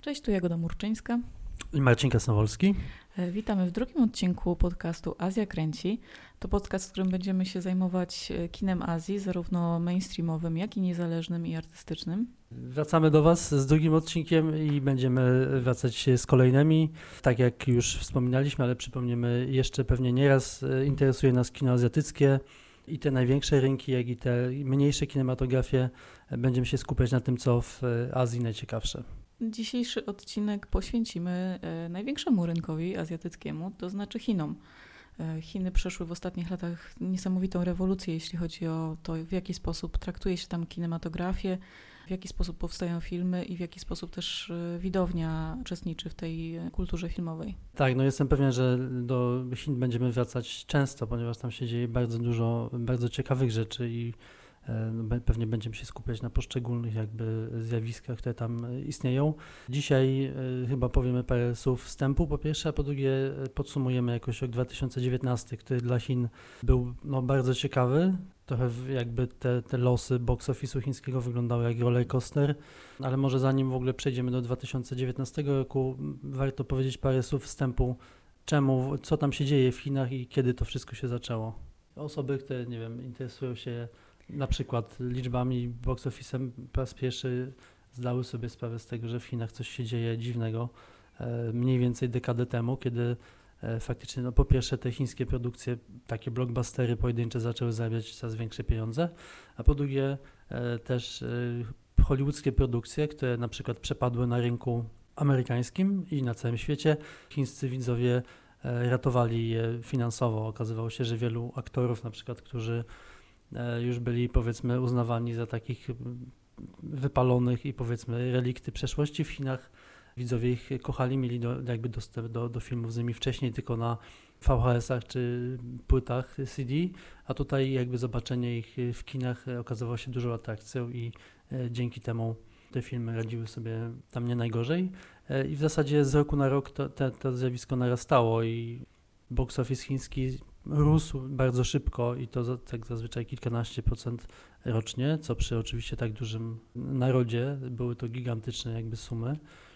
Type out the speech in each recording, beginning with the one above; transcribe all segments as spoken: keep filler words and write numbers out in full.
Cześć, tu Jagoda Murczyńska i Marcin Kasnowolski. Witamy w drugim odcinku podcastu Azja Kręci. To podcast, w którym będziemy się zajmować kinem Azji, zarówno mainstreamowym, jak i niezależnym i artystycznym. Wracamy do Was z drugim odcinkiem i będziemy wracać z kolejnymi. Tak jak już wspominaliśmy, ale przypomniemy jeszcze pewnie nieraz, interesuje nas kino azjatyckie i te największe rynki, jak i te mniejsze kinematografie. Będziemy się skupiać na tym, co w Azji najciekawsze. Dzisiejszy odcinek poświęcimy największemu rynkowi azjatyckiemu, to znaczy Chinom. Chiny przeszły w ostatnich latach niesamowitą rewolucję, jeśli chodzi o to, w jaki sposób traktuje się tam kinematografię, w jaki sposób powstają filmy i w jaki sposób też widownia uczestniczy w tej kulturze filmowej. Tak, no jestem pewien, że do Chin będziemy wracać często, ponieważ tam się dzieje bardzo dużo bardzo ciekawych rzeczy i pewnie będziemy się skupiać na poszczególnych jakby zjawiskach, które tam istnieją. Dzisiaj chyba powiemy parę słów wstępu po pierwsze, a po drugie podsumujemy jakoś rok dwa tysiące dziewiętnasty, który dla Chin był no, bardzo ciekawy. Trochę jakby te, te losy box office'u chińskiego wyglądały jak roller coaster, ale może zanim w ogóle przejdziemy do dwa tysiące dziewiętnastego roku, warto powiedzieć parę słów wstępu, czemu, co tam się dzieje w Chinach i kiedy to wszystko się zaczęło. Osoby, które, nie wiem, interesują się na przykład liczbami box office'em, po raz pierwszy zdały sobie sprawę z tego, że w Chinach coś się dzieje dziwnego mniej więcej dekadę temu, kiedy faktycznie no po pierwsze te chińskie produkcje, takie blockbustery pojedyncze zaczęły zarabiać coraz większe pieniądze, a po drugie też hollywoodzkie produkcje, które na przykład przepadły na rynku amerykańskim i na całym świecie. Chińscy widzowie ratowali je finansowo. Okazywało się, że wielu aktorów na przykład, którzy już byli powiedzmy uznawani za takich wypalonych i powiedzmy relikty przeszłości w Chinach. Widzowie ich kochali, mieli do, jakby dostęp do, do filmów z nimi wcześniej tylko na V H S-ach czy płytach C D, a tutaj jakby zobaczenie ich w kinach okazywało się dużą atrakcją i e, dzięki temu te filmy radziły sobie tam nie najgorzej. E, I w zasadzie z roku na rok to, te, to zjawisko narastało i box office chiński rósł bardzo szybko i to za, tak zazwyczaj kilkanaście procent rocznie, co przy oczywiście tak dużym narodzie były to gigantyczne jakby sumy.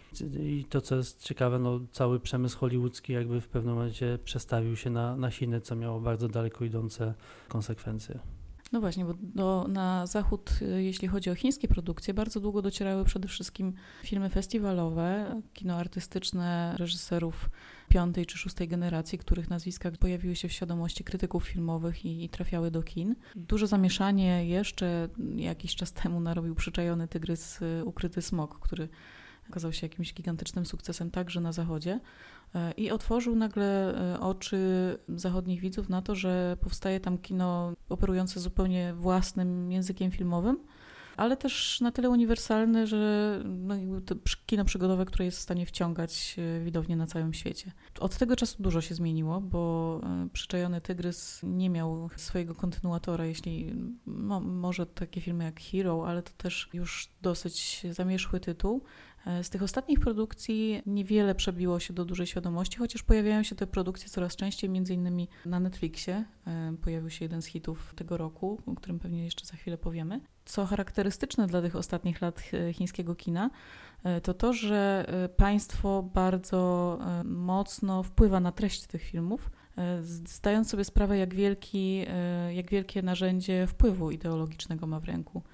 I to, co jest ciekawe, no cały przemysł hollywoodzki jakby w pewnym momencie przestawił się na, na Chiny, co miało bardzo daleko idące konsekwencje. No właśnie, bo do, na zachód, jeśli chodzi o chińskie produkcje, bardzo długo docierały przede wszystkim filmy festiwalowe, kino artystyczne reżyserów piątej czy szóstej generacji, których nazwiska pojawiły się w świadomości krytyków filmowych i, i trafiały do kin. Duże zamieszanie jeszcze jakiś czas temu narobił Przyczajony tygrys, Ukryty smok, który okazał się jakimś gigantycznym sukcesem także na zachodzie i otworzył nagle oczy zachodnich widzów na to, że powstaje tam kino operujące zupełnie własnym językiem filmowym, ale też na tyle uniwersalne, że no, to kino przygodowe, które jest w stanie wciągać widownię na całym świecie. Od tego czasu dużo się zmieniło, bo Przyczajony tygrys nie miał swojego kontynuatora, jeśli no, może takie filmy jak Hero, ale to też już dosyć zamierzchły tytuł. Z tych ostatnich produkcji niewiele przebiło się do dużej świadomości, chociaż pojawiają się te produkcje coraz częściej, między innymi na Netflixie. Pojawił się jeden z hitów tego roku, o którym pewnie jeszcze za chwilę powiemy. Co charakterystyczne dla tych ostatnich lat chińskiego kina, to to, że państwo bardzo mocno wpływa na treść tych filmów, zdając sobie sprawę, jak wielki, jak wielkie narzędzie wpływu ideologicznego ma w ręku.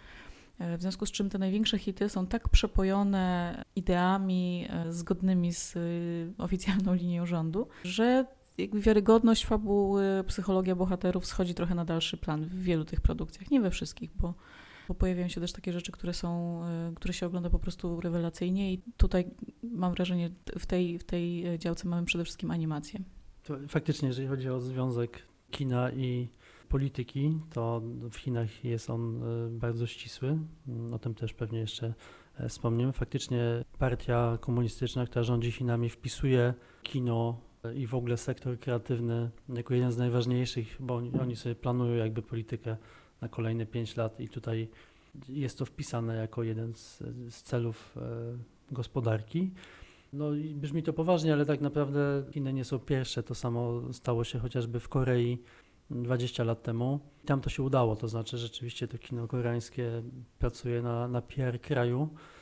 W związku z czym te największe hity są tak przepojone ideami zgodnymi z oficjalną linią rządu, że jakby wiarygodność fabuły, psychologia bohaterów schodzi trochę na dalszy plan w wielu tych produkcjach. Nie we wszystkich, bo, bo pojawiają się też takie rzeczy, które są, które się ogląda po prostu rewelacyjnie i tutaj mam wrażenie, w tej, w tej działce mamy przede wszystkim animację. To faktycznie, jeżeli chodzi o związek kina i polityki, to w Chinach jest on bardzo ścisły, o tym też pewnie jeszcze wspomniem. Faktycznie partia komunistyczna, która rządzi Chinami, wpisuje kino i w ogóle sektor kreatywny jako jeden z najważniejszych, bo oni, oni sobie planują jakby politykę na kolejne pięć lat i tutaj jest to wpisane jako jeden z, z celów e, gospodarki. No i brzmi to poważnie, ale tak naprawdę Chiny nie są pierwsze. To samo stało się chociażby w Korei dwadzieścia lat temu. Tam to się udało, to znaczy rzeczywiście to kino koreańskie pracuje na, na P R kraju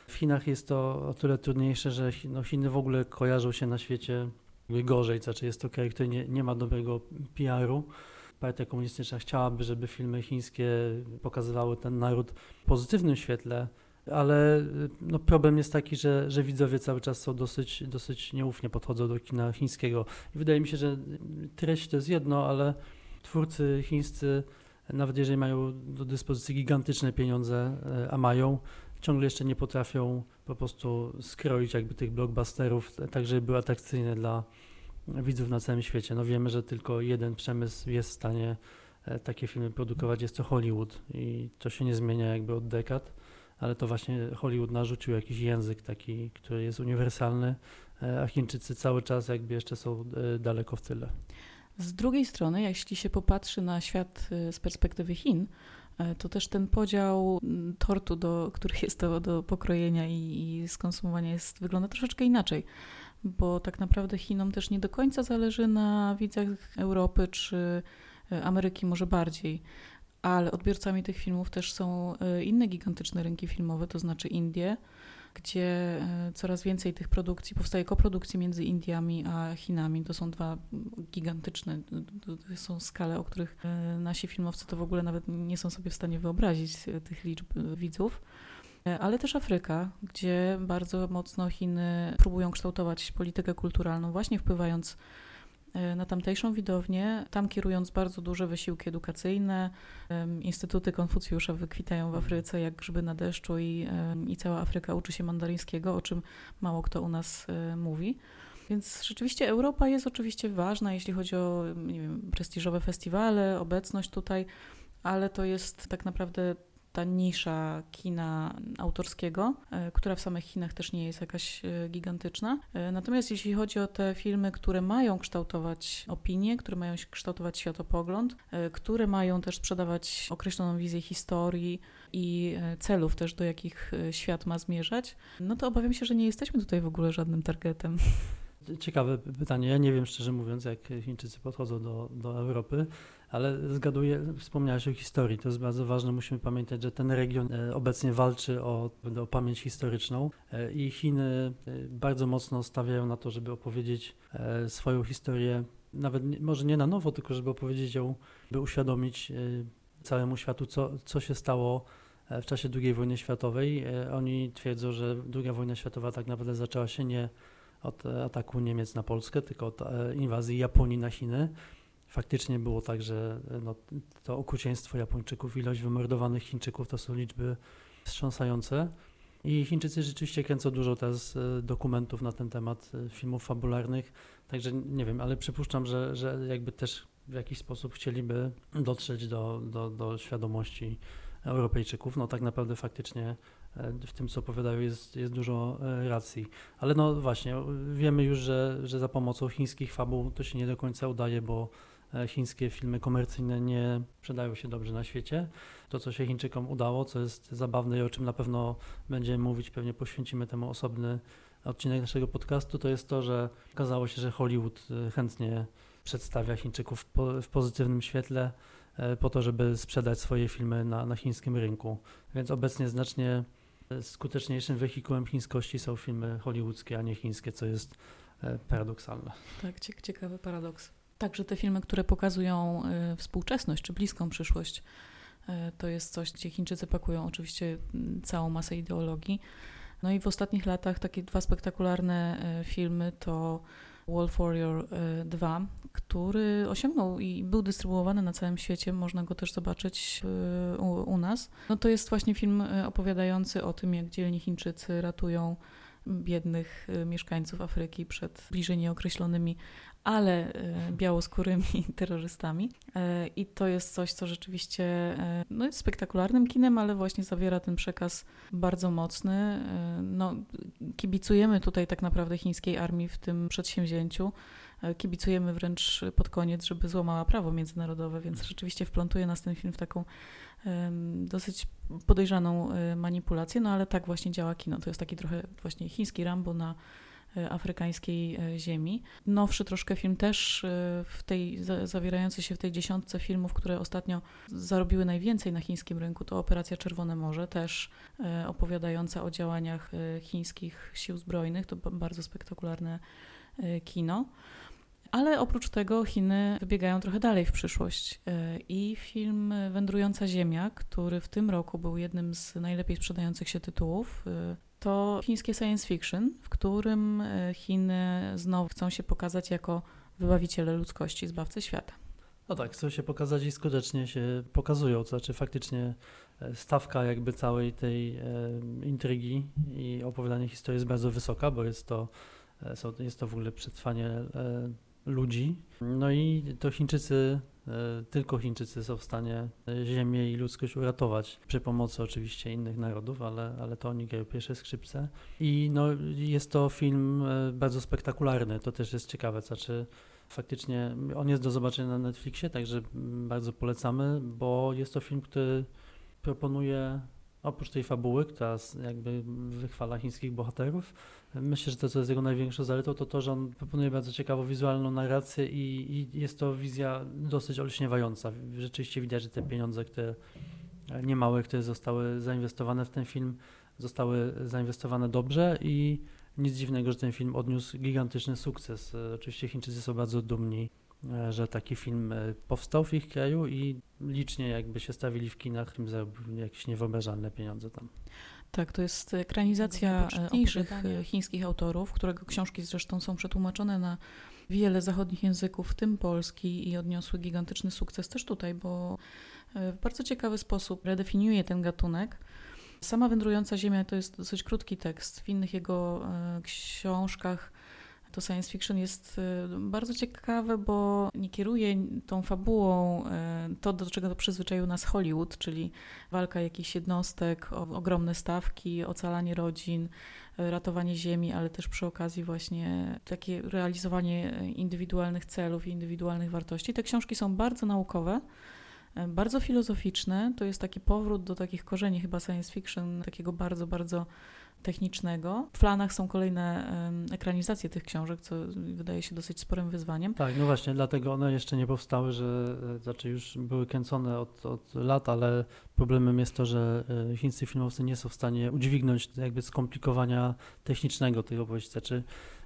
W Chinach jest to o tyle trudniejsze, że no Chiny w ogóle kojarzą się na świecie gorzej, znaczy jest to kraj, który nie, nie ma dobrego P R u. Partia komunistyczna chciałaby, żeby filmy chińskie pokazywały ten naród w pozytywnym świetle, ale no problem jest taki, że, że widzowie cały czas są dosyć, dosyć nieufnie podchodzą do kina chińskiego. I wydaje mi się, że treść to jest jedno, ale twórcy chińscy, nawet jeżeli mają do dyspozycji gigantyczne pieniądze, a mają, ciągle jeszcze nie potrafią po prostu skroić jakby tych blockbusterów, tak żeby były atrakcyjne dla widzów na całym świecie. No wiemy, że tylko jeden przemysł jest w stanie takie filmy produkować, jest to Hollywood i to się nie zmienia jakby od dekad, ale to właśnie Hollywood narzucił jakiś język taki, który jest uniwersalny, a Chińczycy cały czas jakby jeszcze są daleko w tyle. Z drugiej strony, jeśli się popatrzy na świat z perspektywy Chin, to też ten podział tortu, do, który jest do, do pokrojenia i, i skonsumowania jest, wygląda troszeczkę inaczej, bo tak naprawdę Chinom też nie do końca zależy na widzach Europy czy Ameryki może bardziej, ale odbiorcami tych filmów też są inne gigantyczne rynki filmowe, to znaczy Indie, gdzie coraz więcej tych produkcji, powstaje koprodukcji między Indiami a Chinami. To są dwa gigantyczne, to są skale, o których nasi filmowcy to w ogóle nawet nie są sobie w stanie wyobrazić tych liczb widzów. Ale też Afryka, gdzie bardzo mocno Chiny próbują kształtować politykę kulturalną, właśnie wpływając na tamtejszą widownię, tam kierując bardzo duże wysiłki edukacyjne. Instytuty Konfucjusza wykwitają w Afryce jak grzyby na deszczu i, i cała Afryka uczy się mandaryńskiego, o czym mało kto u nas mówi. Więc rzeczywiście Europa jest oczywiście ważna, jeśli chodzi o, nie wiem, prestiżowe festiwale, obecność tutaj, ale to jest tak naprawdę ta nisza kina autorskiego, która w samych Chinach też nie jest jakaś gigantyczna. Natomiast jeśli chodzi o te filmy, które mają kształtować opinię, które mają kształtować światopogląd, które mają też sprzedawać określoną wizję historii i celów też, do jakich świat ma zmierzać, no to obawiam się, że nie jesteśmy tutaj w ogóle żadnym targetem. Ciekawe pytanie. Ja nie wiem, szczerze mówiąc, jak Chińczycy podchodzą do, do Europy, ale zgaduję, wspomniałeś o historii, to jest bardzo ważne. Musimy pamiętać, że ten region obecnie walczy o, o pamięć historyczną i Chiny bardzo mocno stawiają na to, żeby opowiedzieć swoją historię, nawet może nie na nowo, tylko żeby opowiedzieć ją, by uświadomić całemu światu, co, co się stało w czasie drugiej wojny światowej. Oni twierdzą, że druga wojna światowa tak naprawdę zaczęła się nie od ataku Niemiec na Polskę, tylko od inwazji Japonii na Chiny. Faktycznie było tak, że no, to okrucieństwo Japończyków, ilość wymordowanych Chińczyków to są liczby wstrząsające. I Chińczycy rzeczywiście kręcą dużo teraz dokumentów na ten temat, filmów fabularnych, także nie wiem, ale przypuszczam, że, że jakby też w jakiś sposób chcieliby dotrzeć do, do, do świadomości Europejczyków. No tak naprawdę faktycznie w tym, co opowiadają, jest, jest dużo racji. Ale no właśnie, wiemy już, że, że za pomocą chińskich fabuł to się nie do końca udaje, bo chińskie filmy komercyjne nie sprzedają się dobrze na świecie. To, co się Chińczykom udało, co jest zabawne i o czym na pewno będziemy mówić, pewnie poświęcimy temu osobny odcinek naszego podcastu, to jest to, że okazało się, że Hollywood chętnie przedstawia Chińczyków po, w pozytywnym świetle po to, żeby sprzedać swoje filmy na, na chińskim rynku. Więc obecnie znacznie skuteczniejszym wehikułem chińskości są filmy hollywoodzkie, a nie chińskie, co jest paradoksalne. Tak, ciekawy paradoks. Także te filmy, które pokazują współczesność czy bliską przyszłość, to jest coś, gdzie Chińczycy pakują oczywiście całą masę ideologii. No i w ostatnich latach takie dwa spektakularne filmy to Wolf Warrior dwa, który osiągnął i był dystrybuowany na całym świecie, można go też zobaczyć u, u nas. No to jest właśnie film opowiadający o tym, jak dzielni Chińczycy ratują biednych mieszkańców Afryki przed bliżej nieokreślonymi, ale białoskórymi terrorystami. I to jest coś, co rzeczywiście no, jest spektakularnym kinem, ale właśnie zawiera ten przekaz bardzo mocny. No, kibicujemy tutaj tak naprawdę chińskiej armii w tym przedsięwzięciu. Kibicujemy wręcz pod koniec, żeby złamała prawo międzynarodowe, więc rzeczywiście wplątuje nas ten film w taką um, dosyć podejrzaną manipulację, no ale tak właśnie działa kino. To jest taki trochę właśnie chiński Rambo na afrykańskiej ziemi. Nowszy troszkę film też w tej, zawierający się w tej dziesiątce filmów, które ostatnio zarobiły najwięcej na chińskim rynku, to Operacja Czerwone Morze, też opowiadająca o działaniach chińskich sił zbrojnych. To bardzo spektakularne kino. Ale oprócz tego Chiny wybiegają trochę dalej w przyszłość i film Wędrująca Ziemia, który w tym roku był jednym z najlepiej sprzedających się tytułów, to chińskie science fiction, w którym Chiny znowu chcą się pokazać jako wybawiciele ludzkości, zbawcy świata. No tak, chcą się pokazać i skutecznie się pokazują, to znaczy faktycznie stawka jakby całej tej e, intrygi i opowiadania historii jest bardzo wysoka, bo jest to, jest to w ogóle przetrwanie e, ludzi. No i to Chińczycy, tylko Chińczycy są w stanie Ziemię i ludzkość uratować przy pomocy oczywiście innych narodów, ale, ale to oni grają pierwsze skrzypce. I no, jest to film bardzo spektakularny, to też jest ciekawe, znaczy faktycznie on jest do zobaczenia na Netflixie, także bardzo polecamy, bo jest to film, który proponuje oprócz tej fabuły, która jakby wychwala chińskich bohaterów, myślę, że to, co jest jego największą zaletą, to to, że on proponuje bardzo ciekawą wizualną narrację i, i jest to wizja dosyć olśniewająca. Rzeczywiście widać, że te pieniądze, które niemałe, które zostały zainwestowane w ten film, zostały zainwestowane dobrze i nic dziwnego, że ten film odniósł gigantyczny sukces. Oczywiście Chińczycy są bardzo dumni, że taki film powstał w ich kraju i licznie jakby się stawili w kinach, film zarobił jakieś niewyobrażalne pieniądze tam. Tak, to jest ekranizacja mniejszych chińskich autorów, którego książki zresztą są przetłumaczone na wiele zachodnich języków, w tym polski, i odniosły gigantyczny sukces też tutaj, bo w bardzo ciekawy sposób redefiniuje ten gatunek. Sama Wędrująca Ziemia to jest dosyć krótki tekst. W innych jego książkach to science fiction jest bardzo ciekawe, bo nie kieruje tą fabułą to, do czego przyzwyczaił nas Hollywood, czyli walka jakichś jednostek, ogromne stawki, ocalanie rodzin, ratowanie ziemi, ale też przy okazji właśnie takie realizowanie indywidualnych celów i indywidualnych wartości. Te książki są bardzo naukowe, bardzo filozoficzne. To jest taki powrót do takich korzeni chyba science fiction, takiego bardzo, bardzo technicznego. W planach są kolejne um, ekranizacje tych książek, co wydaje się dosyć sporym wyzwaniem. Tak, no właśnie, dlatego one jeszcze nie powstały, że znaczy już były kręcone od, od lat, ale problemem jest to, że chińscy filmowcy nie są w stanie udźwignąć jakby skomplikowania technicznego tej opowieści. Znaczy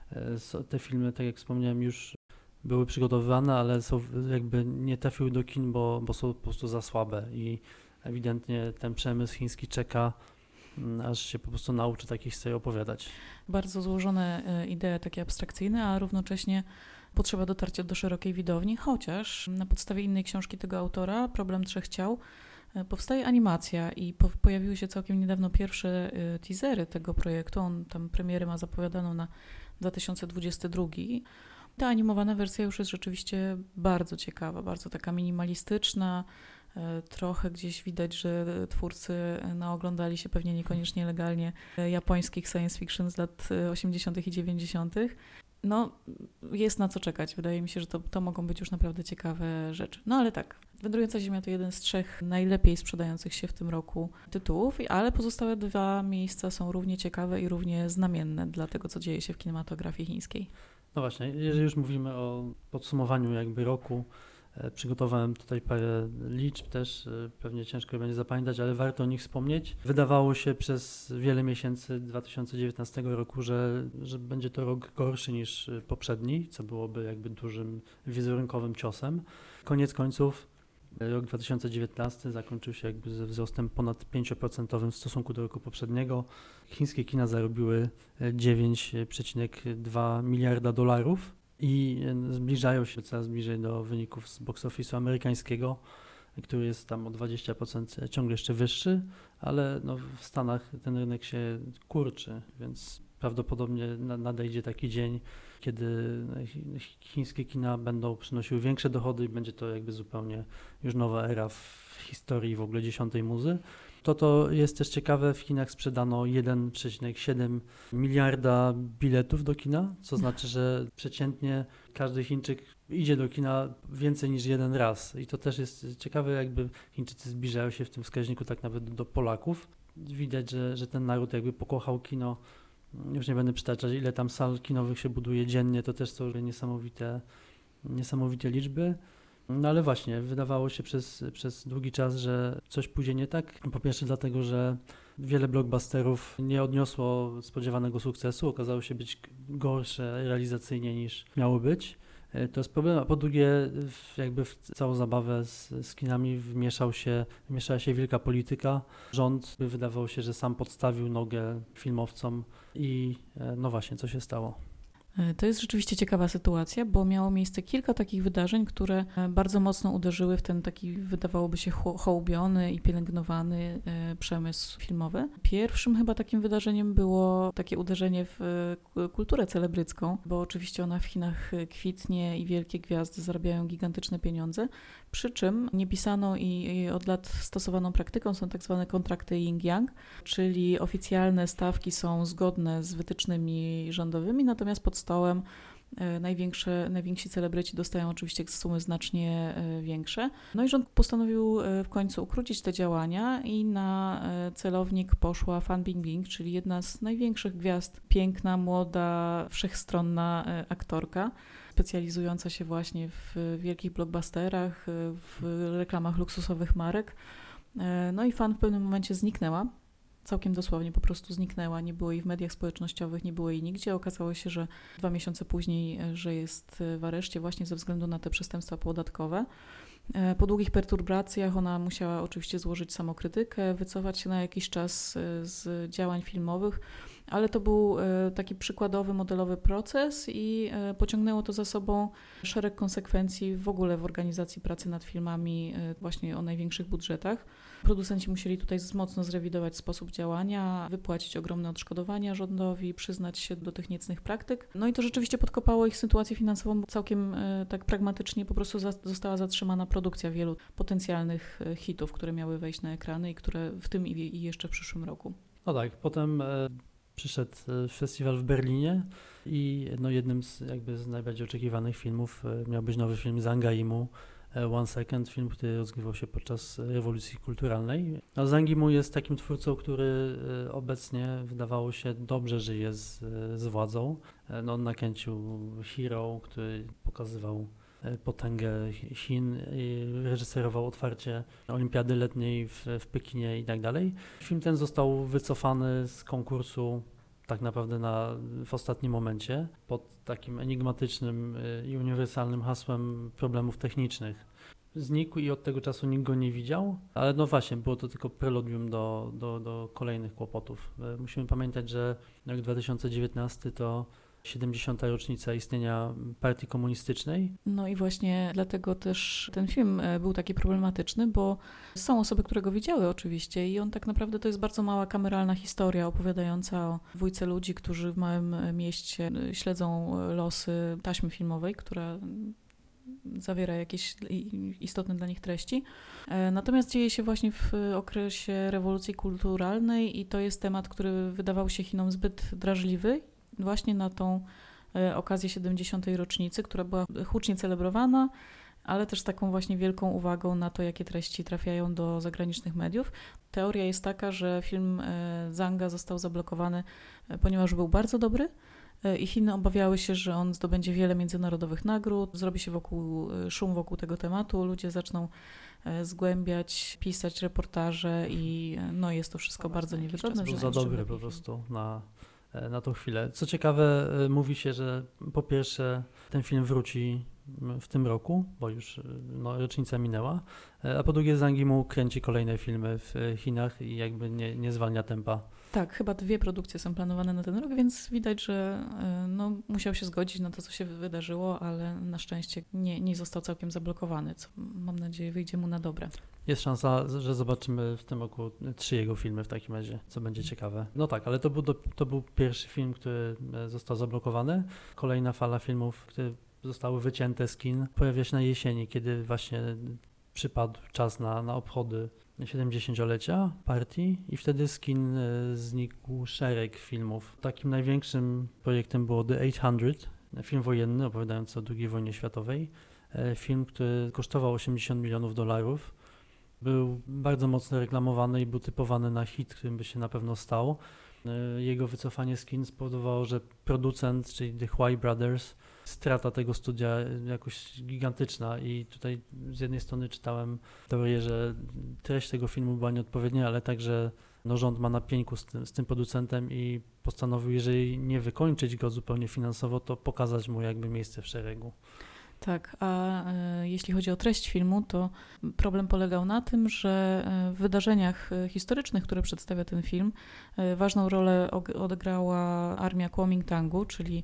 te filmy, tak jak wspomniałem, już były przygotowywane, ale są jakby nie trafiły do kin, bo, bo są po prostu za słabe i ewidentnie ten przemysł chiński czeka, aż się po prostu nauczy takich historii opowiadać. Bardzo złożone idee, takie abstrakcyjne, a równocześnie potrzeba dotarcia do szerokiej widowni, chociaż na podstawie innej książki tego autora, Problem Trzech Ciał, powstaje animacja i po, pojawiły się całkiem niedawno pierwsze teasery tego projektu. On tam premierę ma zapowiadaną na dwa tysiące dwudziesty drugi. Ta animowana wersja już jest rzeczywiście bardzo ciekawa, bardzo taka minimalistyczna. Trochę gdzieś widać, że twórcy naoglądali się pewnie niekoniecznie legalnie japońskich science fiction z lat osiemdziesiątych i dziewięćdziesiątych. No, jest na co czekać. Wydaje mi się, że to, to mogą być już naprawdę ciekawe rzeczy. No ale tak, Wędrująca Ziemia to jeden z trzech najlepiej sprzedających się w tym roku tytułów, ale pozostałe dwa miejsca są równie ciekawe i równie znamienne dla tego, co dzieje się w kinematografii chińskiej. No właśnie, jeżeli już mówimy o podsumowaniu jakby roku, przygotowałem tutaj parę liczb też, pewnie ciężko będzie zapamiętać, ale warto o nich wspomnieć. Wydawało się przez wiele miesięcy dwa tysiące dziewiętnastego roku, że, że będzie to rok gorszy niż poprzedni, co byłoby jakby dużym wizerunkowym ciosem. Koniec końców rok dwa tysiące dziewiętnasty zakończył się jakby ze wzrostem ponad pięć procent w stosunku do roku poprzedniego. Chińskie kina zarobiły dziewięć przecinek dwa miliarda dolarów. I zbliżają się coraz bliżej do wyników z box office'u amerykańskiego, który jest tam o dwadzieścia procent ciągle jeszcze wyższy, ale no w Stanach ten rynek się kurczy, więc prawdopodobnie nadejdzie taki dzień, kiedy chińskie kina będą przynosiły większe dochody i będzie to jakby zupełnie już nowa era w historii w ogóle dziesiątej muzy. To to jest też ciekawe, w Chinach sprzedano jeden przecinek siedem miliarda biletów do kina, co znaczy, że przeciętnie każdy Chińczyk idzie do kina więcej niż jeden raz. I to też jest ciekawe, jakby Chińczycy zbliżają się w tym wskaźniku tak nawet do Polaków. Widać, że, że ten naród jakby pokochał kino Już nie będę przytaczać, ile tam sal kinowych się buduje dziennie, to też są niesamowite, niesamowite liczby. No ale właśnie, wydawało się przez, przez długi czas, że coś pójdzie nie tak. Po pierwsze dlatego, że wiele blockbusterów nie odniosło spodziewanego sukcesu, okazało się być gorsze realizacyjnie niż miało być. To jest problem, a po drugie jakby w całą zabawę z, z kinami wmieszał się, wmieszała się wielka polityka. Rząd wydawało się, że sam podstawił nogę filmowcom i no właśnie, co się stało. To jest rzeczywiście ciekawa sytuacja, bo miało miejsce kilka takich wydarzeń, które bardzo mocno uderzyły w ten taki, wydawałoby się, hołubiony i pielęgnowany przemysł filmowy. Pierwszym chyba takim wydarzeniem było takie uderzenie w kulturę celebrycką, bo oczywiście ona w Chinach kwitnie i wielkie gwiazdy zarabiają gigantyczne pieniądze, przy czym niepisaną i od lat stosowaną praktyką są tak zwane kontrakty yin-yang, czyli oficjalne stawki są zgodne z wytycznymi rządowymi, natomiast pod stołem największe, najwięksi celebryci dostają oczywiście sumy znacznie większe. No i rząd postanowił w końcu ukrócić te działania i na celownik poszła Fan Bingbing, czyli jedna z największych gwiazd, piękna, młoda, wszechstronna aktorka, specjalizująca się właśnie w wielkich blockbusterach, w reklamach luksusowych marek. No i Fan w pewnym momencie zniknęła. Całkiem dosłownie po prostu zniknęła, nie było jej w mediach społecznościowych, nie było jej nigdzie. Okazało się, że dwa miesiące później, że jest w areszcie właśnie ze względu na te przestępstwa podatkowe. Po długich perturbacjach ona musiała oczywiście złożyć samokrytykę, wycofać się na jakiś czas z działań filmowych, ale to był taki przykładowy, modelowy proces i pociągnęło to za sobą szereg konsekwencji w ogóle w organizacji pracy nad filmami właśnie o największych budżetach. Producenci musieli tutaj mocno zrewidować sposób działania, wypłacić ogromne odszkodowania rządowi, przyznać się do tych niecnych praktyk. No i to rzeczywiście podkopało ich sytuację finansową, bo całkiem tak pragmatycznie po prostu za, została zatrzymana produkcja wielu potencjalnych hitów, które miały wejść na ekrany i które w tym i, i jeszcze w przyszłym roku. No tak, potem e, przyszedł festiwal w Berlinie i no, jednym z, jakby z najbardziej oczekiwanych filmów e, miał być nowy film Zhanga Yimou, One Second, film, który rozgrywał się podczas rewolucji kulturalnej. No, Zhang Yimou jest takim twórcą, który obecnie wydawało się dobrze żyje z, z władzą. No, on nakręcił Hero, który pokazywał potęgę Chin, reżyserował otwarcie Olimpiady Letniej w, w Pekinie i tak dalej. Film ten został wycofany z konkursu tak naprawdę na, w ostatnim momencie pod takim enigmatycznym i uniwersalnym hasłem problemów technicznych. Znikł i od tego czasu nikt go nie widział, ale no właśnie, było to tylko preludium do, do, do kolejnych kłopotów. Musimy pamiętać, że rok dwa tysiące dziewiętnasty to siedemdziesiąta rocznica istnienia partii komunistycznej. No i właśnie dlatego też ten film był taki problematyczny, bo są osoby, które go widziały oczywiście i on tak naprawdę to jest bardzo mała kameralna historia opowiadająca o dwójce ludzi, którzy w małym mieście śledzą losy taśmy filmowej, która zawiera jakieś istotne dla nich treści. Natomiast dzieje się właśnie w okresie rewolucji kulturalnej i to jest temat, który wydawał się Chinom zbyt drażliwy właśnie na tą okazję siedemdziesiątej rocznicy, która była hucznie celebrowana, ale też z taką właśnie wielką uwagą na to, jakie treści trafiają do zagranicznych mediów. Teoria jest taka, że film Zhanga został zablokowany, ponieważ był bardzo dobry i Chiny obawiały się, że on zdobędzie wiele międzynarodowych nagród, zrobi się wokół, szum wokół tego tematu, ludzie zaczną zgłębiać, pisać reportaże i no jest to wszystko no bardzo niewygodne. Był za dobry po prostu na... na tą chwilę. Co ciekawe, mówi się, że po pierwsze ten film wróci w tym roku, bo już no, rocznica minęła, a po drugie Zhang Yimou kręci kolejne filmy w Chinach i jakby nie, nie zwalnia tempa. Tak, chyba dwie produkcje są planowane na ten rok, więc widać, że no, musiał się zgodzić na to, co się wydarzyło, ale na szczęście nie, nie został całkiem zablokowany, co mam nadzieję wyjdzie mu na dobre. Jest szansa, że zobaczymy w tym roku trzy jego filmy w takim razie, co będzie ciekawe. No tak, ale to był, do, to był pierwszy film, który został zablokowany. Kolejna fala filmów, które zostały wycięte z kin, pojawia się na jesieni, kiedy właśnie przypadł czas na, na obchody siedemdziesięciolecia partii i wtedy z kin znikł szereg filmów. Takim największym projektem było The osiemset, film wojenny opowiadający o drugiej wojnie światowej. Film, który kosztował osiemdziesiąt milionów dolarów. Był bardzo mocno reklamowany i był typowany na hit, którym by się na pewno stał. Jego wycofanie z kin spowodowało, że producent, czyli The Huai Brothers, strata tego studia jakoś gigantyczna i tutaj z jednej strony czytałem teorię, że treść tego filmu była nieodpowiednia, ale także no, rząd ma na pieńku z tym, z tym producentem i postanowił, jeżeli nie wykończyć go zupełnie finansowo, to pokazać mu jakby miejsce w szeregu. Tak, a e, jeśli chodzi o treść filmu, to problem polegał na tym, że w wydarzeniach historycznych, które przedstawia ten film, e, ważną rolę odegrała armia Kuomintangu, czyli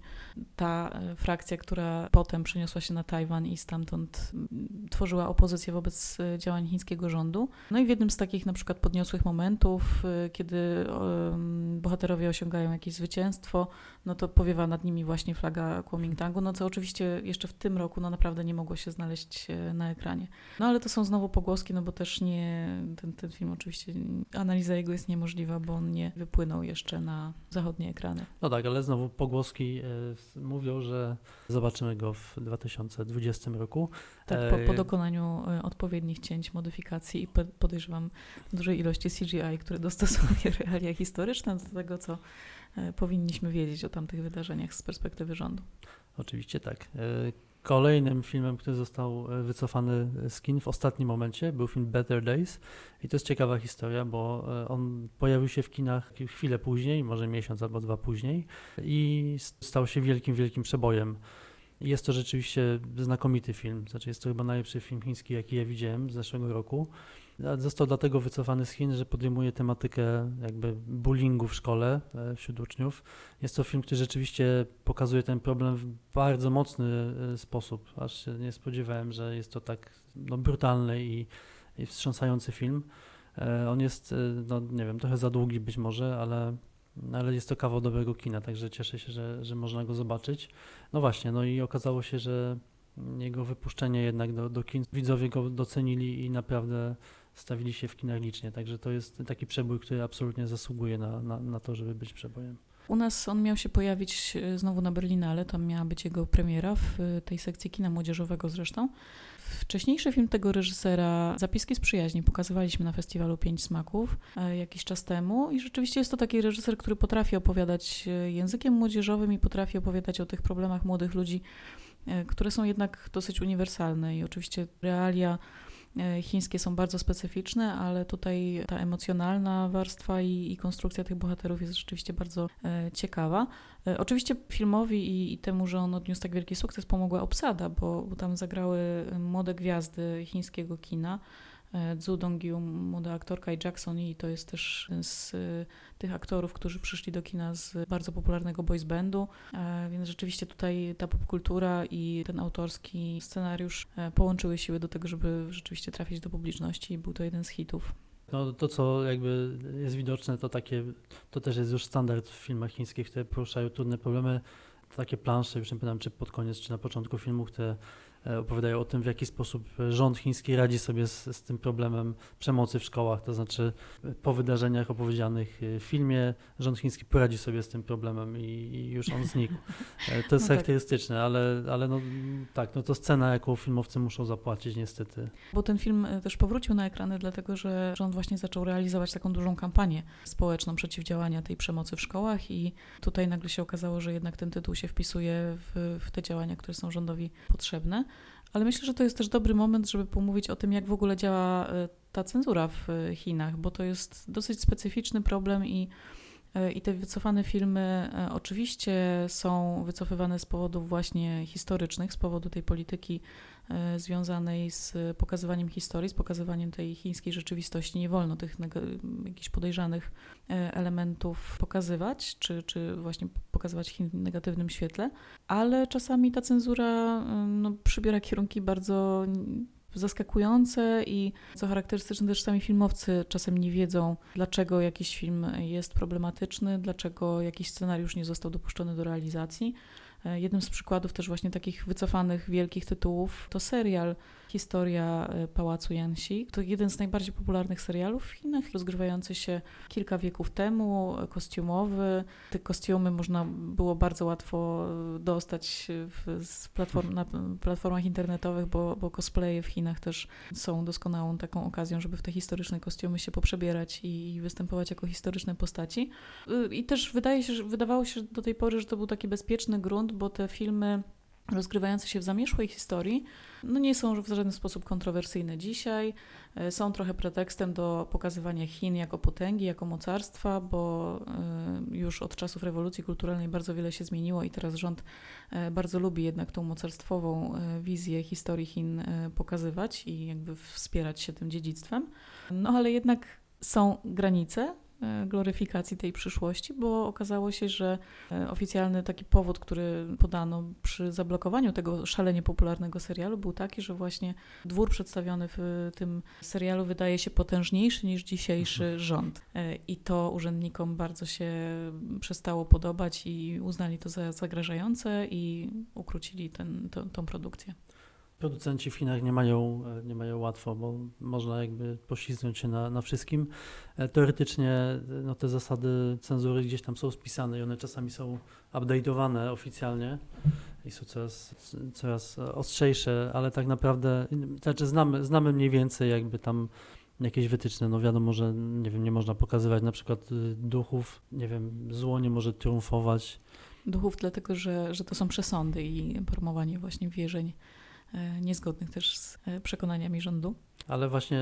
ta frakcja, która potem przeniosła się na Tajwan i stamtąd tworzyła opozycję wobec działań chińskiego rządu. No i w jednym z takich na przykład podniosłych momentów, kiedy e, bohaterowie osiągają jakieś zwycięstwo, no to powiewa nad nimi właśnie flaga Kuomintangu, no co oczywiście jeszcze w tym roku no naprawdę nie mogło się znaleźć na ekranie. No ale to są znowu pogłoski, no bo też nie, ten, ten film oczywiście, analiza jego jest niemożliwa, bo on nie wypłynął jeszcze na zachodnie ekrany. No tak, ale znowu pogłoski e, mówią, że zobaczymy go w dwa tysiące dwudziestym roku. Tak, po, po dokonaniu odpowiednich cięć, modyfikacji i podejrzewam dużej ilości C G I, które dostosuje realia historyczne do tego, co powinniśmy wiedzieć o tamtych wydarzeniach z perspektywy rządu. Oczywiście tak. Kolejnym filmem, który został wycofany z kin w ostatnim momencie, był film Better Days i to jest ciekawa historia, bo on pojawił się w kinach chwilę później, może miesiąc albo dwa później i stał się wielkim, wielkim przebojem. Jest to rzeczywiście znakomity film, znaczy jest to chyba najlepszy film chiński, jaki ja widziałem z zeszłego roku. Został dlatego wycofany z Chin, że podejmuje tematykę jakby bullyingu w szkole wśród uczniów. Jest to film, który rzeczywiście pokazuje ten problem w bardzo mocny sposób, aż się nie spodziewałem, że jest to tak no, brutalny i, i wstrząsający film. On jest, no nie wiem, trochę za długi być może, ale, ale jest to kawał dobrego kina, także cieszę się, że, że można go zobaczyć. No właśnie, no i okazało się, że jego wypuszczenie jednak do, do kin, widzowie go docenili i naprawdę stawili się w kinach licznie, także to jest taki przebój, który absolutnie zasługuje na, na, na to, żeby być przebojem. U nas on miał się pojawić znowu na Berlinale, tam miała być jego premiera w tej sekcji kina młodzieżowego zresztą. Wcześniejszy film tego reżysera, Zapiski z przyjaźni, pokazywaliśmy na festiwalu Pięć Smaków jakiś czas temu i rzeczywiście jest to taki reżyser, który potrafi opowiadać językiem młodzieżowym i potrafi opowiadać o tych problemach młodych ludzi, które są jednak dosyć uniwersalne i oczywiście realia chińskie są bardzo specyficzne, ale tutaj ta emocjonalna warstwa i, i konstrukcja tych bohaterów jest rzeczywiście bardzo e, ciekawa. E, oczywiście filmowi i, i temu, że on odniósł tak wielki sukces, pomogła obsada, bo, bo tam zagrały młode gwiazdy chińskiego kina. Zhu Dongyu, młoda aktorka, i Jackson Lee, to jest też z tych aktorów, którzy przyszli do kina z bardzo popularnego boys bandu, więc rzeczywiście tutaj ta popkultura i ten autorski scenariusz połączyły siły do tego, żeby rzeczywiście trafić do publiczności i był to jeden z hitów. No to, co jakby jest widoczne, to takie, to też jest już standard w filmach chińskich, które poruszają trudne problemy, takie plansze, już nie pamiętam, czy pod koniec, czy na początku filmu, które opowiadają o tym, w jaki sposób rząd chiński radzi sobie z, z tym problemem przemocy w szkołach, to znaczy po wydarzeniach opowiedzianych w filmie rząd chiński poradzi sobie z tym problemem i, i już on znikł. To jest no charakterystyczne, tak. ale, ale no tak, no to scena, jaką filmowcy muszą zapłacić niestety. Bo ten film też powrócił na ekrany, dlatego że rząd właśnie zaczął realizować taką dużą kampanię społeczną przeciwdziałania tej przemocy w szkołach i tutaj nagle się okazało, że jednak ten tytuł się wpisuje w, w te działania, które są rządowi potrzebne. Ale myślę, że to jest też dobry moment, żeby pomówić o tym, jak w ogóle działa ta cenzura w Chinach, bo to jest dosyć specyficzny problem i, i te wycofane filmy oczywiście są wycofywane z powodów właśnie historycznych, z powodu tej polityki związanej z pokazywaniem historii, z pokazywaniem tej chińskiej rzeczywistości. Nie wolno tych neg- jakichś podejrzanych elementów pokazywać, czy, czy właśnie pokazywać Chin w negatywnym świetle, ale czasami ta cenzura no, przybiera kierunki bardzo zaskakujące i co charakterystyczne, też sami filmowcy czasem nie wiedzą, dlaczego jakiś film jest problematyczny, dlaczego jakiś scenariusz nie został dopuszczony do realizacji. Jednym z przykładów też właśnie takich wycofanych wielkich tytułów to serial Historia Pałacu Jansi. To jeden z najbardziej popularnych serialów w Chinach, rozgrywający się kilka wieków temu, kostiumowy. Te kostiumy można było bardzo łatwo dostać w, z platform, na platformach internetowych, bo, bo cosplaye w Chinach też są doskonałą taką okazją, żeby w te historyczne kostiumy się poprzebierać i występować jako historyczne postaci. I też wydaje się, że wydawało się do tej pory, że to był taki bezpieczny grunt, bo te filmy rozgrywające się w zamierzchłej historii no nie są w żaden sposób kontrowersyjne dzisiaj. Są trochę pretekstem do pokazywania Chin jako potęgi, jako mocarstwa, bo już od czasów rewolucji kulturalnej bardzo wiele się zmieniło i teraz rząd bardzo lubi jednak tą mocarstwową wizję historii Chin pokazywać i jakby wspierać się tym dziedzictwem. No ale jednak są granice gloryfikacji tej przyszłości, bo okazało się, że oficjalny taki powód, który podano przy zablokowaniu tego szalenie popularnego serialu był taki, że właśnie dwór przedstawiony w tym serialu wydaje się potężniejszy niż dzisiejszy mhm. rząd. I to urzędnikom bardzo się przestało podobać i uznali to za zagrażające i ukrócili ten, to, tą produkcję. Producenci w Chinach nie mają, nie mają łatwo, bo można jakby poślizgnąć się na, na wszystkim. Teoretycznie no, te zasady cenzury gdzieś tam są spisane i one czasami są update'owane oficjalnie i są coraz, coraz ostrzejsze, ale tak naprawdę znaczy znamy, znamy mniej więcej jakby tam jakieś wytyczne. No wiadomo, że nie wiem, nie można pokazywać na przykład duchów, nie wiem, zło nie może triumfować. Duchów dlatego, że, że to są przesądy i promowanie właśnie wierzeń niezgodnych też z przekonaniami rządu. Ale właśnie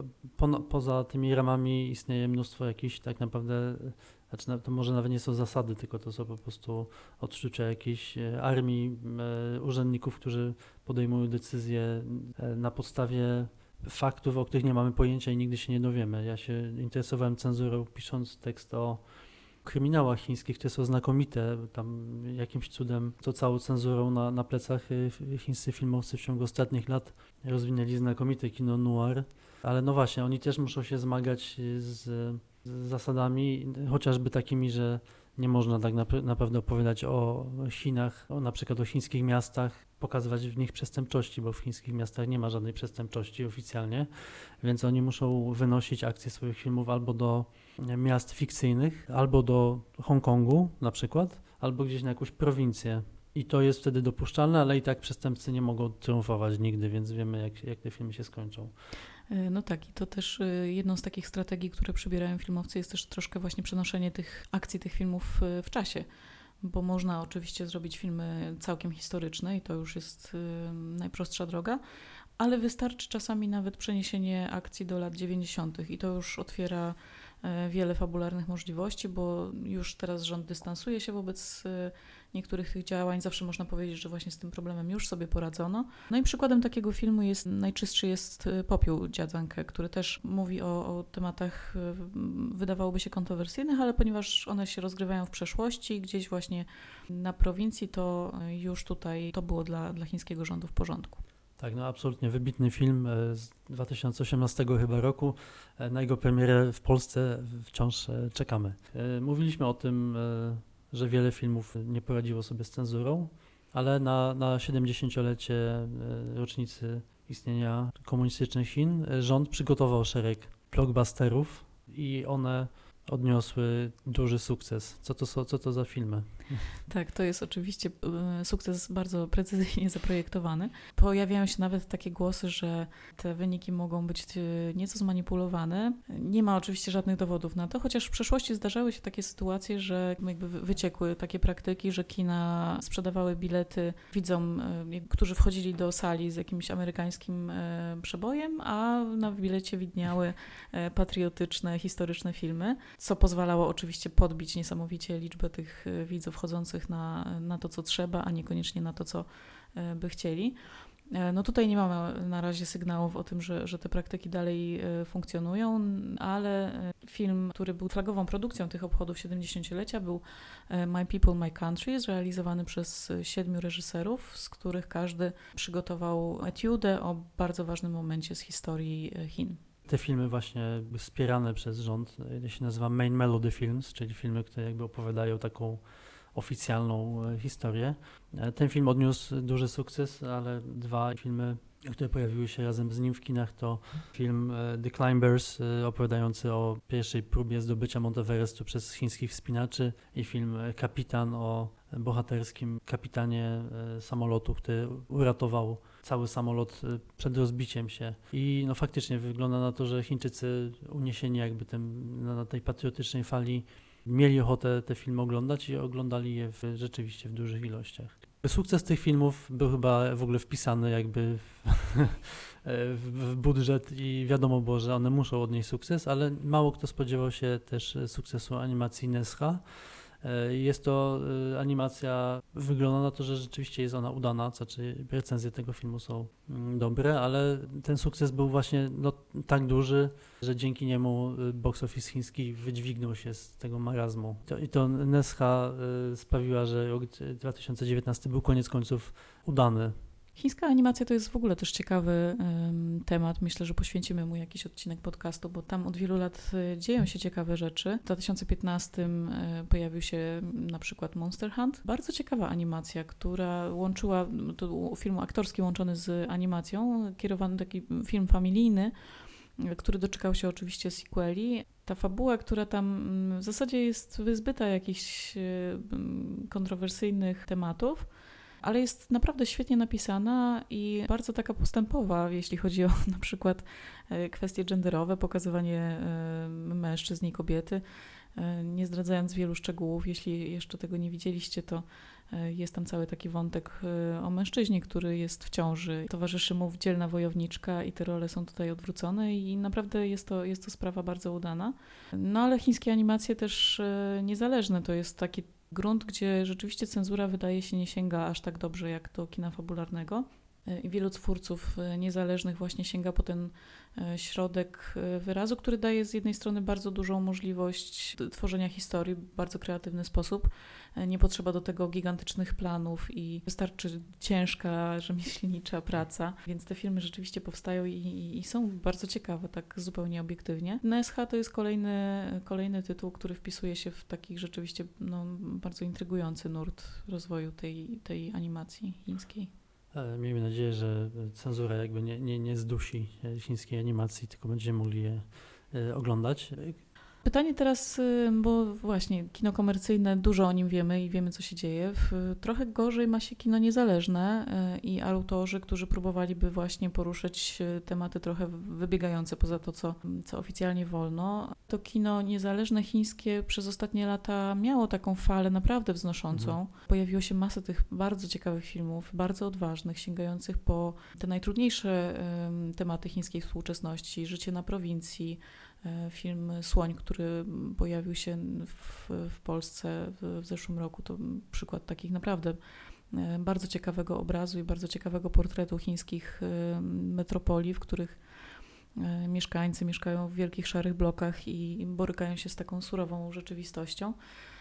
po, poza tymi ramami istnieje mnóstwo jakichś tak naprawdę, znaczy to może nawet nie są zasady, tylko to są po prostu odczucia jakiejś armii e, urzędników, którzy podejmują decyzje e, na podstawie faktów, o których nie mamy pojęcia i nigdy się nie dowiemy. Ja się interesowałem cenzurą, pisząc tekst o kryminałach chińskich, które są znakomite. Tam jakimś cudem to całą cenzurą na, na plecach chińscy filmowcy w ciągu ostatnich lat rozwinęli znakomite kino noir. Ale no właśnie, oni też muszą się zmagać z, z zasadami, chociażby takimi, że nie można tak nap- naprawdę opowiadać o Chinach, o, na przykład o chińskich miastach, pokazywać w nich przestępczości, bo w chińskich miastach nie ma żadnej przestępczości oficjalnie, więc oni muszą wynosić akcje swoich filmów albo do miast fikcyjnych, albo do Hongkongu na przykład, albo gdzieś na jakąś prowincję. I to jest wtedy dopuszczalne, ale i tak przestępcy nie mogą triumfować nigdy, więc wiemy, jak, jak te filmy się skończą. No tak, i to też jedną z takich strategii, które przybierają filmowcy, jest też troszkę właśnie przenoszenie tych akcji, tych filmów w czasie, bo można oczywiście zrobić filmy całkiem historyczne i to już jest najprostsza droga, ale wystarczy czasami nawet przeniesienie akcji do lat dziewięćdziesiątych i to już otwiera wiele fabularnych możliwości, bo już teraz rząd dystansuje się wobec niektórych tych działań. Zawsze można powiedzieć, że właśnie z tym problemem już sobie poradzono. No i przykładem takiego filmu jest, najczystszy jest Popiół Dziadzankę, który też mówi o, o tematach wydawałoby się kontrowersyjnych, ale ponieważ one się rozgrywają w przeszłości, gdzieś właśnie na prowincji, to już tutaj to było dla, dla chińskiego rządu w porządku. Tak, no absolutnie wybitny film z dwa tysiące osiemnastego chyba roku. Na jego premierę w Polsce wciąż czekamy. Mówiliśmy o tym, że wiele filmów nie poradziło sobie z cenzurą, ale na, na siedemdziesięciolecie rocznicy istnienia komunistycznych Chin rząd przygotował szereg blockbusterów i one odniosły duży sukces. Co to, są, co to za filmy? Tak, to jest oczywiście sukces bardzo precyzyjnie zaprojektowany. Pojawiają się nawet takie głosy, że te wyniki mogą być nieco zmanipulowane. Nie ma oczywiście żadnych dowodów na to, chociaż w przeszłości zdarzały się takie sytuacje, że jakby wyciekły takie praktyki, że kina sprzedawały bilety widzom, którzy wchodzili do sali z jakimś amerykańskim przebojem, a na bilecie widniały patriotyczne, historyczne filmy, co pozwalało oczywiście podbić niesamowicie liczbę tych widzów wchodzących na, na to, co trzeba, a niekoniecznie na to, co by chcieli. No tutaj nie mamy na razie sygnałów o tym, że, że te praktyki dalej funkcjonują, ale film, który był flagową produkcją tych obchodów siedemdziesięciolecia, był My People, My Country, zrealizowany przez siedmiu reżyserów, z których każdy przygotował etiudę o bardzo ważnym momencie z historii Chin. Te filmy właśnie wspierane przez rząd się nazywa Main Melody Films, czyli filmy, które jakby opowiadają taką oficjalną historię. Ten film odniósł duży sukces, ale dwa filmy, które pojawiły się razem z nim w kinach, to film The Climbers, opowiadający o pierwszej próbie zdobycia Mount Everestu przez chińskich wspinaczy, i film Kapitan o bohaterskim kapitanie samolotu, który uratował cały samolot przed rozbiciem się. I no faktycznie wygląda na to, że Chińczycy uniesieni jakby tym, na tej patriotycznej fali mieli ochotę te filmy oglądać i oglądali je w, rzeczywiście w dużych ilościach. Sukces tych filmów był chyba w ogóle wpisany jakby w, w budżet i wiadomo było, że one muszą odnieść sukces, ale mało kto spodziewał się też sukcesu animacji Nesha. Jest to animacja, wygląda na to, że rzeczywiście jest ona udana, znaczy recenzje tego filmu są dobre, ale ten sukces był właśnie no, tak duży, że dzięki niemu box office chiński wydźwignął się z tego marazmu. I to Nesha sprawiła, że rok dwa tysiące dziewiętnasty był koniec końców udany. Chińska animacja to jest w ogóle też ciekawy um, temat. Myślę, że poświęcimy mu jakiś odcinek podcastu, bo tam od wielu lat dzieją się ciekawe rzeczy. W dwa tysiące piętnastym pojawił się na przykład Monster Hunt. Bardzo ciekawa animacja, która łączyła, to film aktorski łączony z animacją, kierowany taki film familijny, który doczekał się oczywiście sequeli. Ta fabuła, która tam w zasadzie jest wyzbyta jakichś kontrowersyjnych tematów, ale jest naprawdę świetnie napisana i bardzo taka postępowa, jeśli chodzi o na przykład kwestie genderowe, pokazywanie mężczyzn i kobiety. Nie zdradzając wielu szczegółów, jeśli jeszcze tego nie widzieliście, to jest tam cały taki wątek o mężczyźnie, który jest w ciąży. Towarzyszy mu dzielna wojowniczka i te role są tutaj odwrócone i naprawdę jest to, jest to sprawa bardzo udana. No ale chińskie animacje też niezależne, to jest taki grunt, gdzie rzeczywiście cenzura wydaje się nie sięga aż tak dobrze jak do kina fabularnego. I wielu twórców niezależnych właśnie sięga po ten środek wyrazu, który daje z jednej strony bardzo dużą możliwość tworzenia historii w bardzo kreatywny sposób. Nie potrzeba do tego gigantycznych planów i wystarczy ciężka, rzemieślnicza praca, więc te filmy rzeczywiście powstają i, i, i są bardzo ciekawe, tak zupełnie obiektywnie. Nesha to jest kolejny, kolejny tytuł, który wpisuje się w taki rzeczywiście no, bardzo intrygujący nurt rozwoju tej, tej animacji chińskiej. Miejmy nadzieję, że cenzura jakby nie, nie, nie zdusi chińskiej animacji, tylko będziemy mogli je oglądać. Pytanie teraz, bo właśnie kino komercyjne, dużo o nim wiemy i wiemy, co się dzieje. Trochę gorzej ma się kino niezależne i autorzy, którzy próbowaliby właśnie poruszyć tematy trochę wybiegające poza to, co, co oficjalnie wolno. To kino niezależne chińskie przez ostatnie lata miało taką falę naprawdę wznoszącą. Mhm. Pojawiło się masę tych bardzo ciekawych filmów, bardzo odważnych, sięgających po te najtrudniejsze tematy chińskiej współczesności, życie na prowincji, film Słoń, który pojawił się w, w Polsce w, w zeszłym roku, to przykład takich naprawdę bardzo ciekawego obrazu i bardzo ciekawego portretu chińskich metropolii, w których mieszkańcy mieszkają w wielkich szarych blokach i borykają się z taką surową rzeczywistością.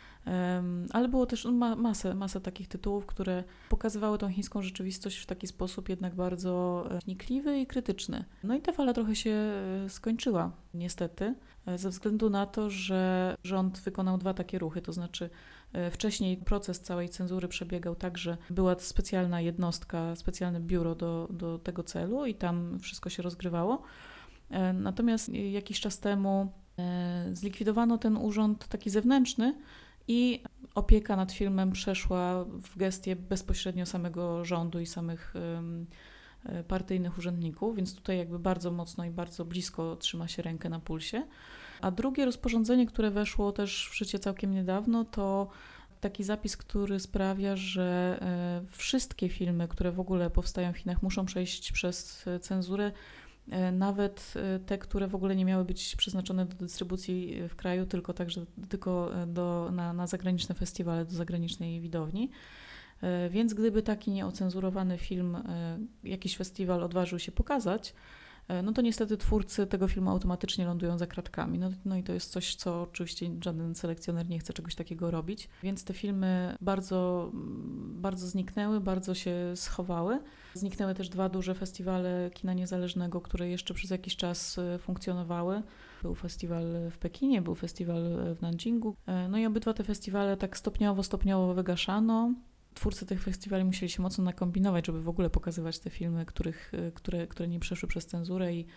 Ale było też ma, masę, masę takich tytułów, które pokazywały tą chińską rzeczywistość w taki sposób jednak bardzo wnikliwy i krytyczny. No i ta fala trochę się skończyła, niestety, ze względu na to, że rząd wykonał dwa takie ruchy, to znaczy wcześniej proces całej cenzury przebiegał tak, że była specjalna jednostka, specjalne biuro do, do tego celu i tam wszystko się rozgrywało. Natomiast jakiś czas temu zlikwidowano ten urząd taki zewnętrzny, i opieka nad filmem przeszła w gestię bezpośrednio samego rządu i samych um, partyjnych urzędników, więc tutaj jakby bardzo mocno i bardzo blisko trzyma się rękę na pulsie. A drugie rozporządzenie, które weszło też w życie całkiem niedawno, to taki zapis, który sprawia, że e, wszystkie filmy, które w ogóle powstają w Chinach, muszą przejść przez cenzurę, nawet te, które w ogóle nie miały być przeznaczone do dystrybucji w kraju, tylko także tylko do, na, na zagraniczne festiwale, do zagranicznej widowni. Więc gdyby taki nieocenzurowany film jakiś festiwal odważył się pokazać, no to niestety twórcy tego filmu automatycznie lądują za kratkami. No, no i to jest coś, co oczywiście żaden selekcjoner nie chce czegoś takiego robić. Więc te filmy bardzo, bardzo zniknęły, bardzo się schowały. Zniknęły też dwa duże festiwale kina niezależnego, które jeszcze przez jakiś czas funkcjonowały. Był festiwal w Pekinie, był festiwal w Nanjingu. No i obydwa te festiwale tak stopniowo, stopniowo wygaszano. Twórcy tych festiwali musieli się mocno nakombinować, żeby w ogóle pokazywać te filmy, których, które, które nie przeszły przez cenzurę i,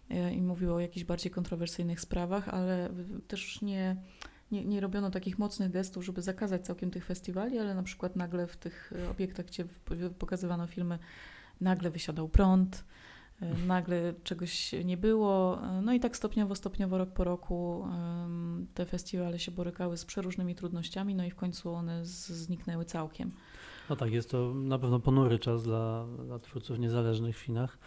i mówiły o jakichś bardziej kontrowersyjnych sprawach, ale też nie, nie, nie robiono takich mocnych gestów, żeby zakazać całkiem tych festiwali, ale na przykład nagle w tych obiektach, gdzie pokazywano filmy, nagle wysiadał prąd, nagle czegoś nie było. No i tak stopniowo, stopniowo, rok po roku te festiwale się borykały z przeróżnymi trudnościami, no i w końcu one z, zniknęły całkiem. No tak, jest to na pewno ponury czas dla, dla twórców niezależnych w Chinach.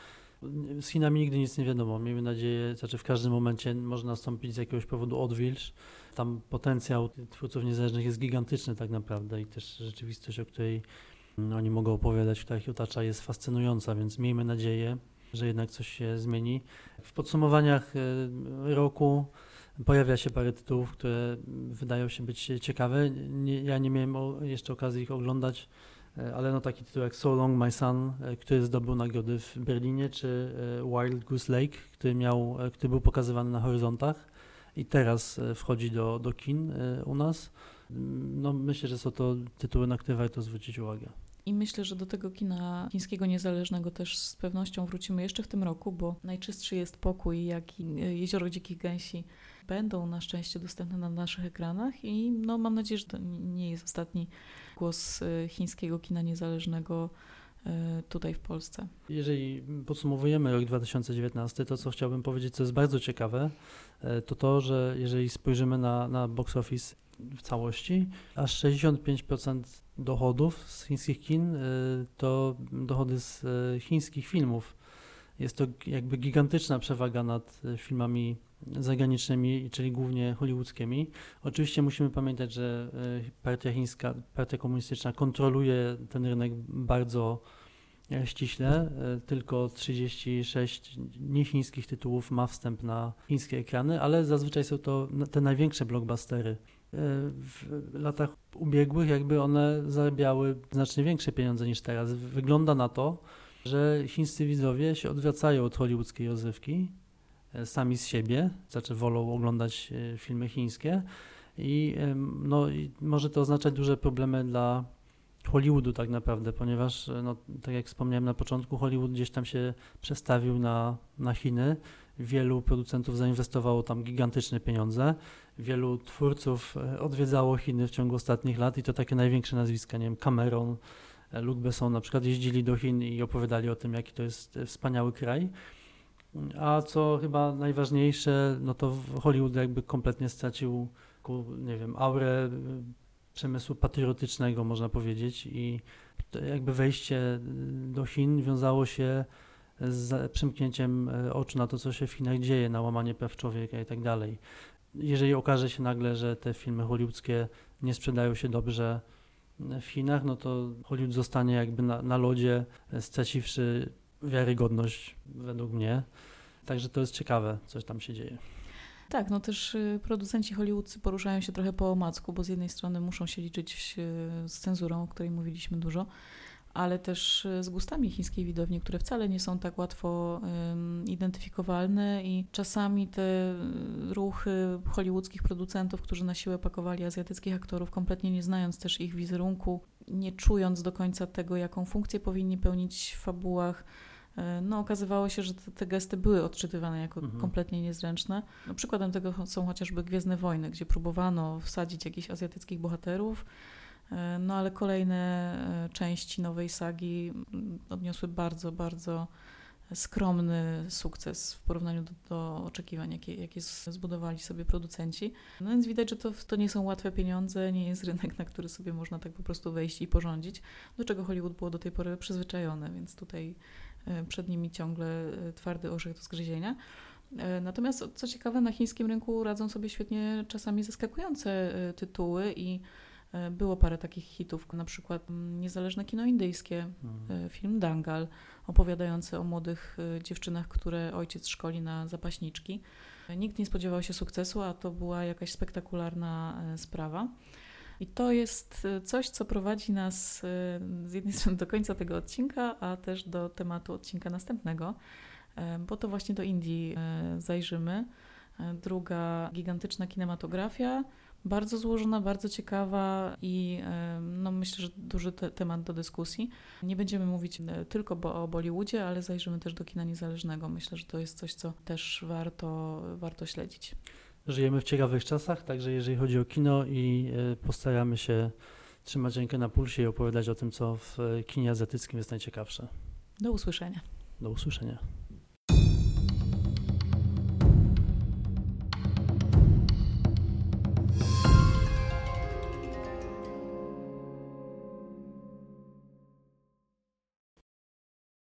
Z Chinami nigdy nic nie wiadomo. Miejmy nadzieję, znaczy w każdym momencie może nastąpić z jakiegoś powodu odwilż. Tam potencjał twórców niezależnych jest gigantyczny tak naprawdę i też rzeczywistość, o której oni mogą opowiadać, która ich otacza, jest fascynująca, więc miejmy nadzieję, że jednak coś się zmieni. W podsumowaniach roku pojawia się parę tytułów, które wydają się być ciekawe. Nie, ja nie miałem o, jeszcze okazji ich oglądać, ale no taki tytuł jak So Long My Son, który zdobył nagrody w Berlinie, czy Wild Goose Lake, który, miał, który był pokazywany na horyzontach i teraz wchodzi do, do kin u nas. No myślę, że są to tytuły, na które warto zwrócić uwagę. I myślę, że do tego kina chińskiego niezależnego też z pewnością wrócimy jeszcze w tym roku, bo Najczystszy jest pokój, jak i Jezioro Dzikich Gęsi będą na szczęście dostępne na naszych ekranach i no, mam nadzieję, że to nie jest ostatni głos chińskiego kina niezależnego tutaj w Polsce. Jeżeli podsumowujemy rok dwa tysiące dziewiętnasty, to co chciałbym powiedzieć, co jest bardzo ciekawe, to to, że jeżeli spojrzymy na, na box office w całości, aż sześćdziesiąt pięć procent dochodów z chińskich kin to dochody z chińskich filmów. Jest to jakby gigantyczna przewaga nad filmami zagranicznymi, czyli głównie hollywoodzkimi. Oczywiście musimy pamiętać, że partia chińska, partia komunistyczna kontroluje ten rynek bardzo ściśle. Tylko trzydzieści sześć niechińskich tytułów ma wstęp na chińskie ekrany, ale zazwyczaj są to te największe blockbustery. W latach ubiegłych jakby one zarabiały znacznie większe pieniądze niż teraz. Wygląda na to, że chińscy widzowie się odwracają od hollywoodzkiej rozrywki sami z siebie, znaczy wolą oglądać filmy chińskie i, no, i może to oznaczać duże problemy dla Hollywoodu tak naprawdę, ponieważ no, tak jak wspomniałem na początku, Hollywood gdzieś tam się przestawił na, na Chiny. Wielu producentów zainwestowało tam gigantyczne pieniądze. Wielu twórców odwiedzało Chiny w ciągu ostatnich lat i to takie największe nazwiska, nie wiem, Cameron, Luc Besson na przykład jeździli do Chin i opowiadali o tym, jaki to jest wspaniały kraj. A co chyba najważniejsze, no to Hollywood jakby kompletnie stracił, nie wiem, aurę przemysłu patriotycznego, można powiedzieć, i jakby wejście do Chin wiązało się z przymknięciem oczu na to, co się w Chinach dzieje, na łamanie praw człowieka i tak dalej. Jeżeli okaże się nagle, że te filmy hollywoodzkie nie sprzedają się dobrze w Chinach, no to Hollywood zostanie jakby na, na lodzie, straciwszy wiarygodność według mnie. Także to jest ciekawe, coś tam się dzieje. Tak, no też producenci hollywoodzcy poruszają się trochę po omacku, bo z jednej strony muszą się liczyć z cenzurą, o której mówiliśmy dużo, ale też z gustami chińskiej widowni, które wcale nie są tak łatwo um, identyfikowalne i czasami te ruchy hollywoodzkich producentów, którzy na siłę pakowali azjatyckich aktorów, kompletnie nie znając też ich wizerunku, nie czując do końca tego, jaką funkcję powinni pełnić w fabułach, no okazywało się, że te, te gesty były odczytywane jako mhm. kompletnie niezręczne. No, przykładem tego są chociażby Gwiezdne Wojny, gdzie próbowano wsadzić jakichś azjatyckich bohaterów, no ale kolejne części nowej sagi odniosły bardzo, bardzo skromny sukces w porównaniu do, do oczekiwań, jakie, jakie zbudowali sobie producenci. No więc widać, że to, to nie są łatwe pieniądze, nie jest rynek, na który sobie można tak po prostu wejść i porządzić, do czego Hollywood było do tej pory przyzwyczajone, więc tutaj przed nimi ciągle twardy orzech do zgryzienia. Natomiast co ciekawe, na chińskim rynku radzą sobie świetnie czasami zaskakujące tytuły i było parę takich hitów, na przykład niezależne kino indyjskie, hmm. film Dangal, opowiadający o młodych dziewczynach, które ojciec szkoli na zapaśniczki. Nikt nie spodziewał się sukcesu, a to była jakaś spektakularna sprawa. I to jest coś, co prowadzi nas z jednej strony do końca tego odcinka, a też do tematu odcinka następnego, bo to właśnie do Indii zajrzymy. druga gigantyczna kinematografia, bardzo złożona, bardzo ciekawa i no, myślę, że duży te- temat do dyskusji. Nie będziemy mówić tylko bo- o Bollywoodzie, ale zajrzymy też do kina niezależnego. Myślę, że to jest coś, co też warto, warto śledzić. Żyjemy w ciekawych czasach, także jeżeli chodzi o kino i postaramy się trzymać rękę na pulsie i opowiadać o tym, co w kinie azjatyckim jest najciekawsze. Do usłyszenia. Do usłyszenia.